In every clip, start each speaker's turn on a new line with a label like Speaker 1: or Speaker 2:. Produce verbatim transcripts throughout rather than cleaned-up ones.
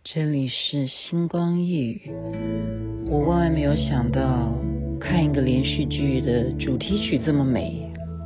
Speaker 1: 这里是星光夜语。我万万没有想到，看一个连续剧的主题曲这么美。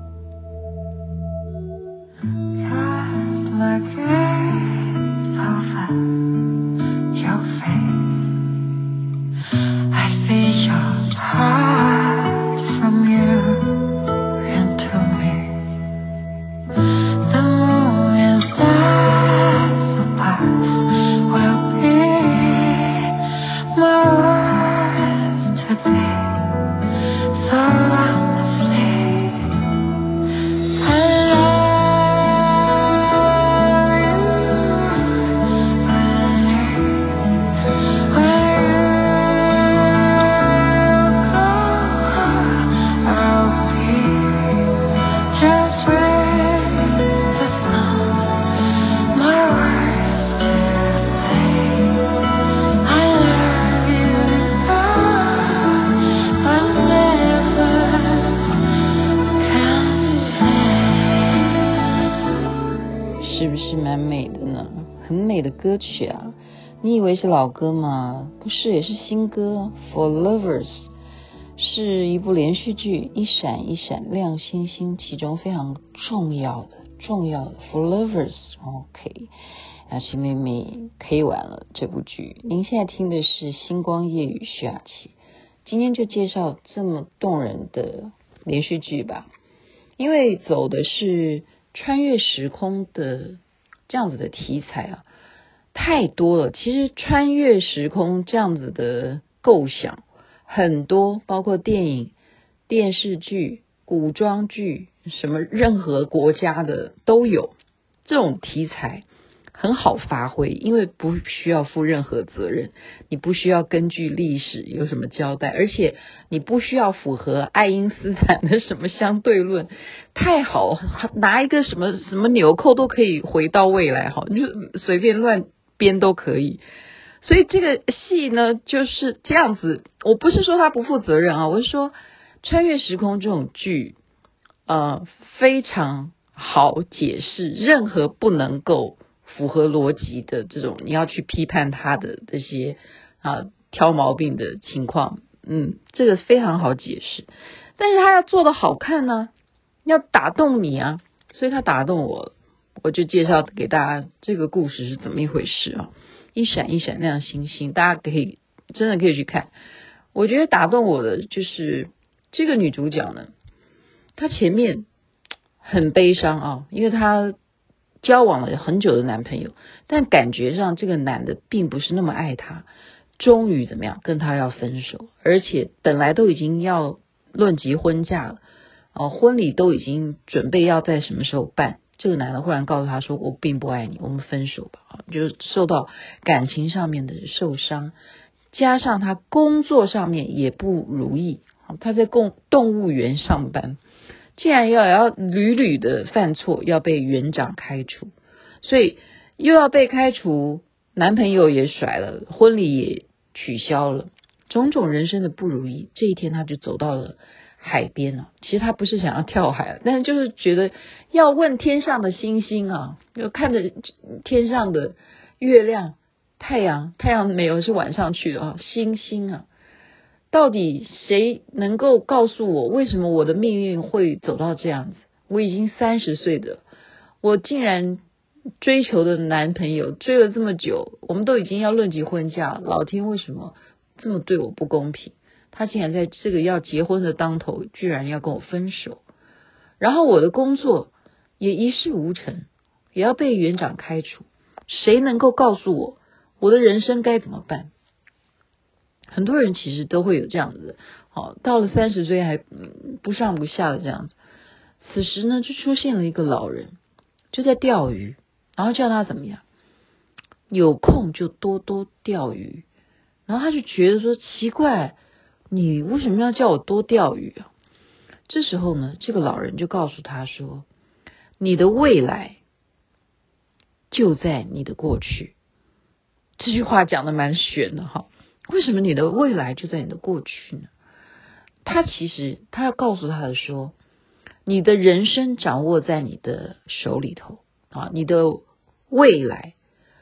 Speaker 1: 是不是蛮美的呢？很美的歌曲啊！你以为是老歌吗？不是，也是新歌。For Lovers 是一部连续剧，一闪一闪亮星星，其中非常重要的重要的 For Lovers。OK， 雅琪妹妹 K 完了这部剧。您现在听的是星光夜语徐雅琪，今天就介绍这么动人的连续剧吧，因为走的是穿越时空的这样子的题材啊，太多了。其实穿越时空这样子的构想很多，包括电影、电视剧、古装剧，什么任何国家的都有。这种题材很好发挥，因为不需要负任何责任，你不需要根据历史有什么交代，而且你不需要符合爱因斯坦的什么相对论，太好，拿一个什么什么纽扣都可以回到未来，好，你就随便乱编都可以。所以这个戏呢就是这样子。我不是说他不负责任啊，我是说穿越时空这种剧呃，非常好解释任何不能够符合逻辑的这种，你要去批判它的这些啊挑毛病的情况，嗯，这个非常好解释。但是他要做得好看呢，要打动你啊，所以他打动我了，我就介绍给大家这个故事是怎么一回事啊。一闪一闪亮星星，大家可以真的可以去看。我觉得打动我的就是这个女主角呢，她前面很悲伤啊，因为她交往了很久的男朋友，但感觉上这个男的并不是那么爱她，终于怎么样跟她要分手，而且本来都已经要论及婚嫁了，哦，婚礼都已经准备要在什么时候办，这个男的忽然告诉她说我并不爱你，我们分手吧，就受到感情上面的受伤，加上他工作上面也不如意，他在动动物园上班，竟然要要屡屡的犯错，要被园长开除，所以又要被开除，男朋友也甩了，婚礼也取消了，种种人生的不如意。这一天他就走到了海边啊，其实他不是想要跳海，但是就是觉得要问天上的星星啊，就看着天上的月亮、太阳，太阳没有，是晚上去的啊，星星啊，到底谁能够告诉我为什么我的命运会走到这样子？我已经三十岁的，我竟然追求的男朋友追了这么久，我们都已经要论及婚嫁，老天为什么这么对我不公平？他竟然在这个要结婚的当头，居然要跟我分手，然后我的工作也一事无成，也要被园长开除，谁能够告诉我我的人生该怎么办？很多人其实都会有这样子的，好，到了三十岁还、嗯、不上不下的这样子。此时呢，就出现了一个老人，就在钓鱼，然后叫他怎么样，有空就多多钓鱼。然后他就觉得说奇怪，你为什么要叫我多钓鱼啊？这时候呢，这个老人就告诉他说，你的未来就在你的过去。这句话讲的蛮玄的哈，为什么你的未来就在你的过去呢？他其实他要告诉他的说，你的人生掌握在你的手里头啊，你的未来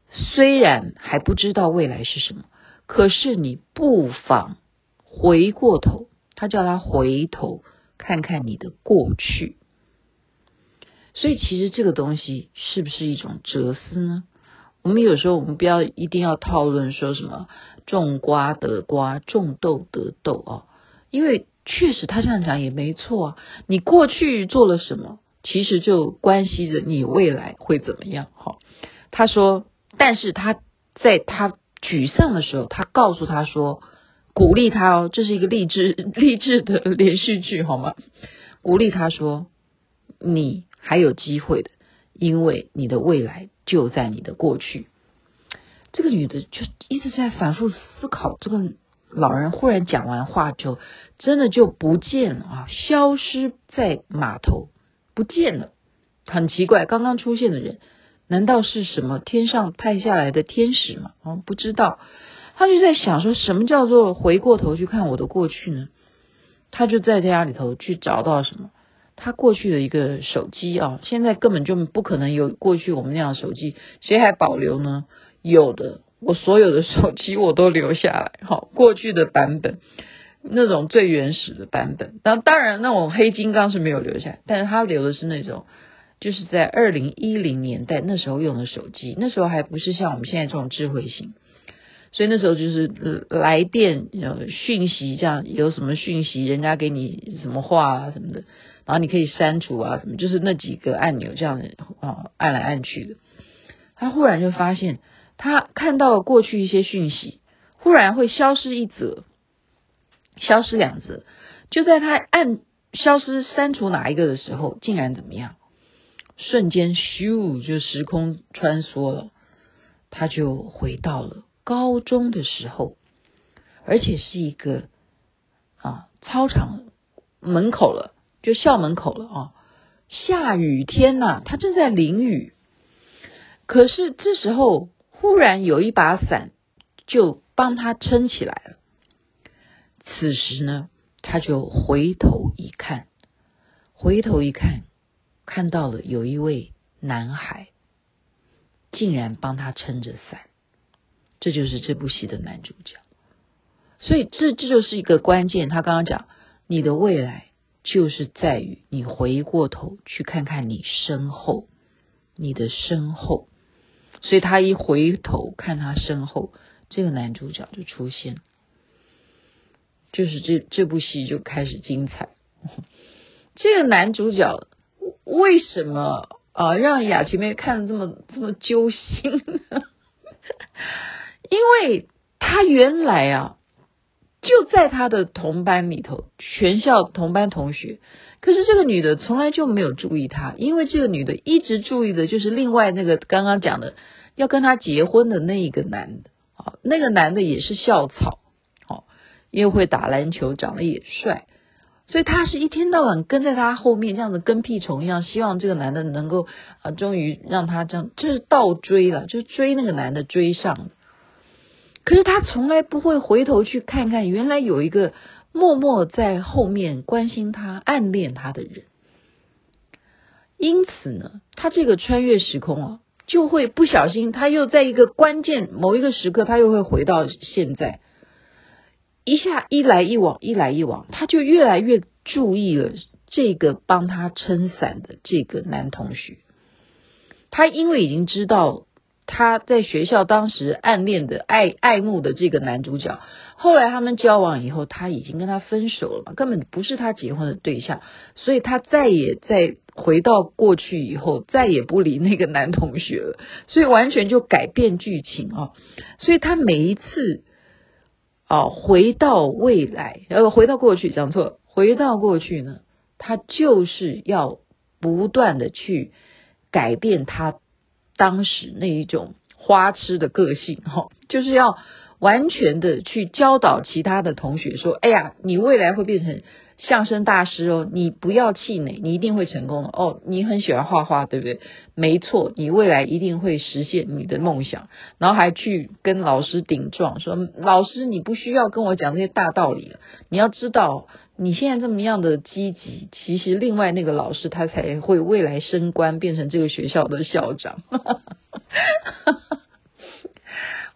Speaker 1: 虽然还不知道未来是什么，可是你不妨回过头，他叫他回头看看你的过去。所以其实这个东西是不是一种哲思呢？我们有时候我们不要一定要讨论说什么种瓜得瓜，种豆得豆哦，因为确实他这样讲也没错啊。你过去做了什么，其实就关系着你未来会怎么样。好，他说，但是他在他沮丧的时候，他告诉他说，鼓励他哦，这是一个励志励志的连续剧好吗？鼓励他说，你还有机会的，因为你的未来就在你的过去。这个女的就一直在反复思考，这个老人忽然讲完话就真的就不见了啊，消失在码头，不见了。很奇怪，刚刚出现的人难道是什么天上派下来的天使吗？哦，不知道。他就在想说，什么叫做回过头去看我的过去呢？他就在家里头去找到什么，他过去的一个手机啊，现在根本就不可能有过去我们那样的手机，谁还保留呢？有的，我所有的手机我都留下来，好，过去的版本，那种最原始的版本。那当然，那种黑金刚是没有留下来，但是他留的是那种，就是在二零一零年代那时候用的手机，那时候还不是像我们现在这种智慧型。所以那时候就是来电有讯息，这样有什么讯息，人家给你什么话啊什么的，然后你可以删除啊什么，就是那几个按钮这样的啊按来按去的。他忽然就发现，他看到了过去一些讯息，忽然会消失一则，消失两则，就在他按消失删除哪一个的时候，竟然怎么样？瞬间咻就时空穿梭了，他就回到了高中的时候，而且是一个啊操场门口了，就校门口了啊，下雨天呐、啊，他正在淋雨，可是这时候忽然有一把伞就帮他撑起来了。此时呢，他就回头一看，回头一看，看到了有一位男孩竟然帮他撑着伞。这就是这部戏的男主角。所以这这就是一个关键，他刚刚讲，你的未来就是在于你回过头去看看你身后，你的身后。所以他一回头看他身后，这个男主角就出现了，就是这这部戏就开始精彩。这个男主角为什么啊让雅琪妹看得这么这么揪心呢？因为他原来啊就在他的同班里头，全校同班同学，可是这个女的从来就没有注意他，因为这个女的一直注意的就是另外那个刚刚讲的要跟他结婚的那一个男的，那个男的也是校草，又会打篮球，长得也帅，所以他是一天到晚跟在他后面，这样子跟屁虫一样，希望这个男的能够啊，终于让他这样，就是倒追了，就追那个男的追上了。可是他从来不会回头去看看，原来有一个默默在后面关心他、暗恋他的人。因此呢，他这个穿越时空啊，就会不小心，他又在一个关键某一个时刻，他又会回到现在。一下一来一往，一来一往，他就越来越注意了这个帮他撑伞的这个男同学。他因为已经知道他在学校当时暗恋的爱爱慕的这个男主角，后来他们交往以后，他已经跟他分手了嘛，根本不是他结婚的对象，所以他再也在回到过去以后，再也不理那个男同学了，所以完全就改变剧情啊。所以他每一次啊，回到未来，呃，回到过去，讲错，回到过去呢，他就是要不断的去改变他当时那一种花痴的个性，哈，就是要完全的去教导其他的同学说，哎呀，你未来会变成相声大师哦，你不要气馁，你一定会成功的哦。你很喜欢画画，对不对？没错，你未来一定会实现你的梦想。然后还去跟老师顶撞，说老师你不需要跟我讲这些大道理了，你要知道你现在这么样的积极，其实另外那个老师他才会未来升官变成这个学校的校长。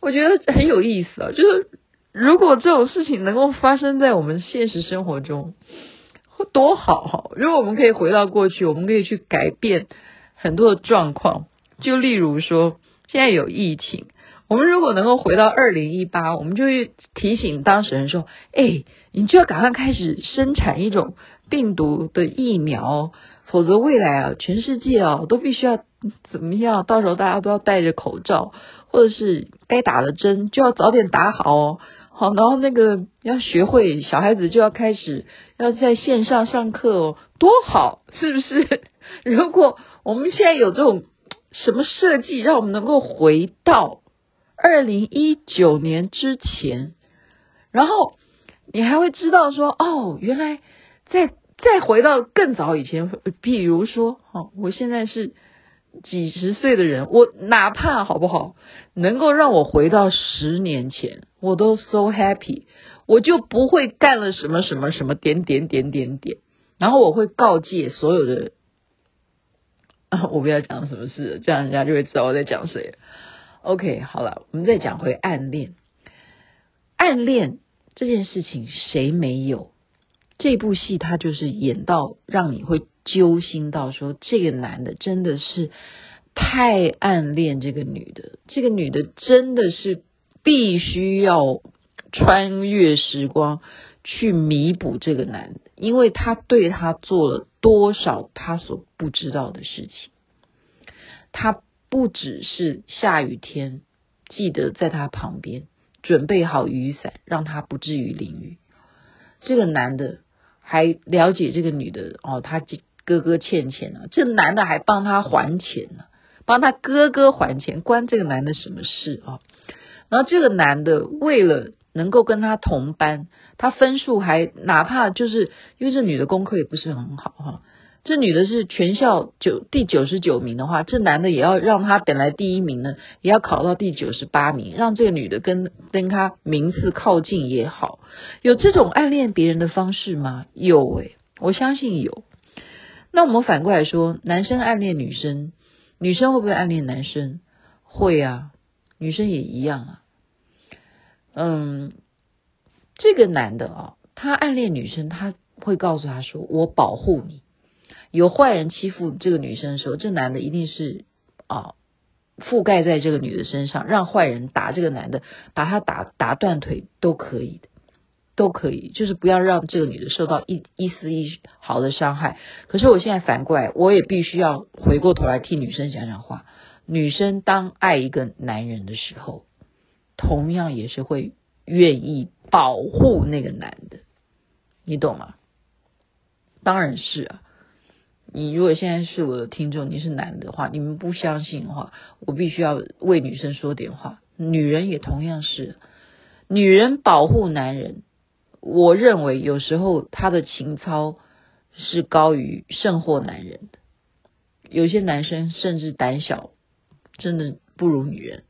Speaker 1: 我觉得很有意思啊，就是如果这种事情能够发生在我们现实生活中，多好！如果我们可以回到过去，我们可以去改变很多的状况。就例如说，现在有疫情，我们如果能够回到二零一八，我们就会提醒当事人说：“哎，你就要赶快开始生产一种病毒的疫苗，否则未来啊，全世界啊都必须要怎么样？到时候大家都要戴着口罩，或者是该打的针就要早点打好哦。”好，然后那个要学会小孩子就要开始要在线上上课哦，多好，是不是？如果我们现在有这种什么设计，让我们能够回到二零一九年之前，然后你还会知道说，哦，原来再再回到更早以前，譬如说，哦，我现在是几十岁的人，我哪怕好不好能够让我回到十年前，我都 so happy， 我就不会干了什么什么什么点点点点点，然后我会告诫所有的，啊、我不要讲什么事，这样人家就会知道我在讲谁。OK， 好了，我们再讲回暗恋。暗恋这件事情谁没有？这部戏它就是演到让你会揪心到说，这个男的真的是太暗恋这个女的，这个女的真的是必须要穿越时光去弥补这个男的，因为他对他做了多少他所不知道的事情。他不只是下雨天记得在他旁边准备好雨伞，让他不至于淋雨。这个男的还了解这个女的哦，他哥哥欠钱啊，这男的还帮他还钱呢、啊，帮他哥哥还钱，关这个男的什么事啊？然后这个男的为了能够跟他同班，他分数还哪怕就是因为这女的功课也不是很好哈、啊，这女的是全校九第九十九名的话，这男的也要让他本来第一名呢，也要考到第九十八名，让这个女的跟跟他名次靠近也好。有这种暗恋别人的方式吗？有诶、欸，我相信有。那我们反过来说，男生暗恋女生，女生会不会暗恋男生？会啊，女生也一样啊。嗯，这个男的啊，他暗恋女生，他会告诉他说：“我保护你。”有坏人欺负这个女生的时候，这男的一定是啊覆盖在这个女的身上，让坏人打这个男的，把他打打断腿都可以的，都可以，就是不要让这个女的受到一一丝一毫的伤害。可是我现在反过来，我也必须要回过头来替女生讲讲话。女生当爱一个男人的时候，同样也是会愿意保护那个男的，你懂吗？当然是啊。你如果现在是我的听众，你是男的话，你们不相信的话，我必须要为女生说点话。女人也同样是，女人保护男人，我认为有时候她的情操是高于胜过男人的。有些男生甚至胆小，真的不如女人。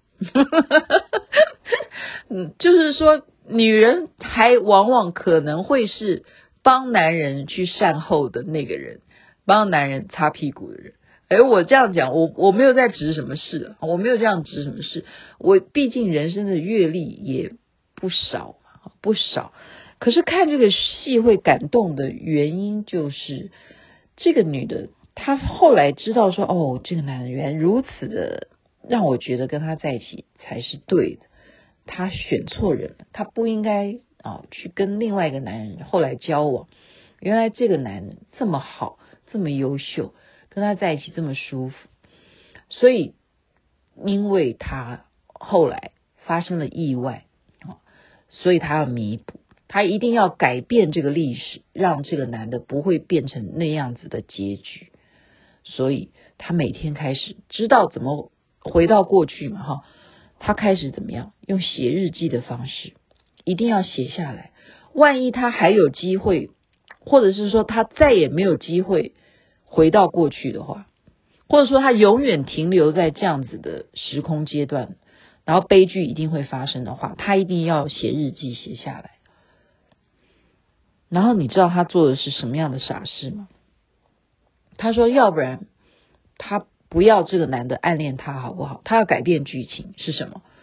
Speaker 1: 嗯，就是说，女人还往往可能会是帮男人去善后的那个人。帮男人擦屁股的人，哎，我这样讲，我我没有在指什么事，我没有这样指什么事，我毕竟人生的阅历也不少不少。可是看这个戏会感动的原因，就是这个女的她后来知道说，哦，这个男人原来如此的让我觉得跟他在一起才是对的，她选错人了，她不应该啊去跟另外一个男人后来交往。原来这个男人这么好，这么优秀，跟他在一起这么舒服，所以因为他后来发生了意外，所以他要弥补，他一定要改变这个历史，让这个男的不会变成那样子的结局。所以他每天开始知道怎么回到过去嘛，哈，他开始怎么样用写日记的方式，一定要写下来，万一他还有机会，或者是说他再也没有机会回到过去的话，或者说他永远停留在这样子的时空阶段，然后悲剧一定会发生的话，他一定要写日记写下来。然后你知道他做的是什么样的傻事吗？他说要不然他不要这个男的暗恋他好不好，他要改变剧情是什么？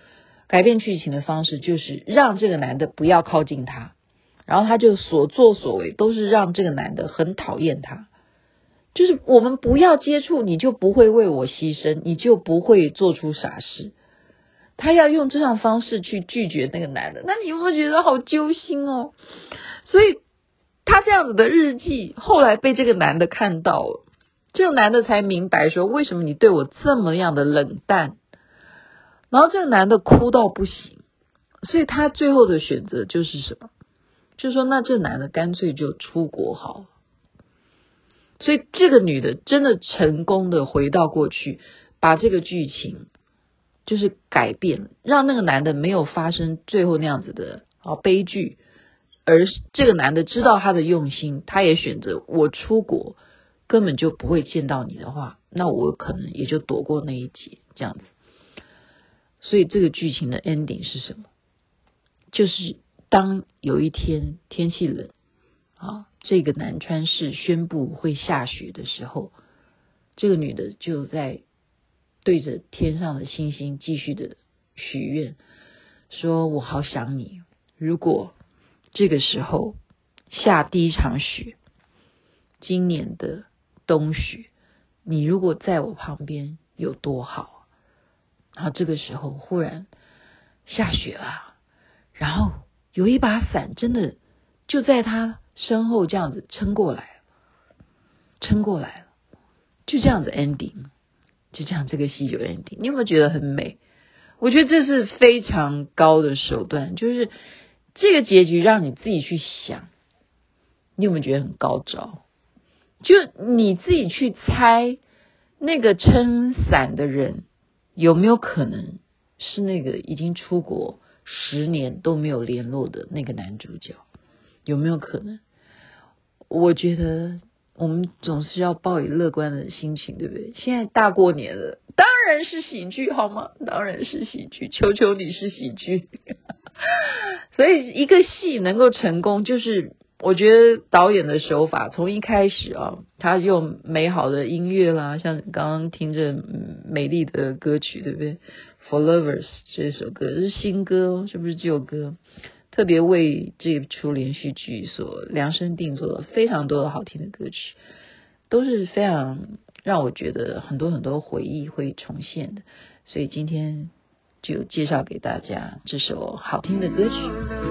Speaker 1: 改变剧情的方式就是让这个男的不要靠近他，然后他就所作所为都是让这个男的很讨厌他，就是我们不要接触，你就不会为我牺牲，你就不会做出傻事。他要用这样方式去拒绝那个男的，那你会觉得好揪心哦。所以他这样子的日记后来被这个男的看到了，这个男的才明白说为什么你对我这么样的冷淡，然后这个男的哭到不行，所以他最后的选择就是什么，就是说那这男的干脆就出国好了。所以这个女的真的成功的回到过去，把这个剧情就是改变了，让那个男的没有发生最后那样子的啊悲剧，而这个男的知道他的用心，他也选择我出国根本就不会见到你的话，那我可能也就躲过那一劫这样子。所以这个剧情的 ending 是什么？就是当有一天天气冷啊，这个南川市宣布会下雪的时候，这个女的就在对着天上的星星继续的许愿，说我好想你，如果这个时候下第一场雪，今年的冬雪，你如果在我旁边有多好。然后这个时候忽然下雪了，然后有一把伞真的就在他身后这样子撑过来了，撑过来了，就这样子 ending， 就这样这个戏就 ending。你有没有觉得很美？我觉得这是非常高的手段，就是这个结局让你自己去想，你有没有觉得很高招？就你自己去猜那个撑伞的人有没有可能是那个已经出国十年都没有联络的那个男主角？有没有可能？我觉得我们总是要抱以乐观的心情，对不对？现在大过年了，当然是喜剧好吗？当然是喜剧，求求你是喜剧。所以一个戏能够成功，就是我觉得导演的手法从一开始啊，他用美好的音乐啦，像刚刚听着美丽的歌曲，对不对？ For Lovers 这首歌是新歌，是不是旧歌？特别为这出连续剧所量身定做了非常多的好听的歌曲，都是非常让我觉得很多很多回忆会重现的。所以今天就介绍给大家这首好听的歌曲，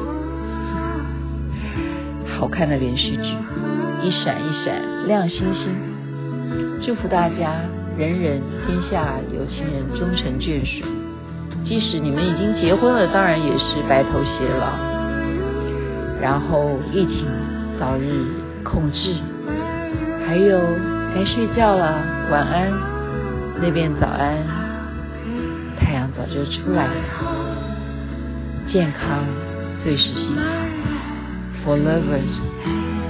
Speaker 1: 好看的连续剧，一闪一闪亮星星。祝福大家人人天下有情人终成眷属，即使你们已经结婚了，当然也是白头偕老，然后疫情早日控制，还有该睡觉了，晚安，那边早安，太阳早就出来了，健康最是幸福。 For Lovers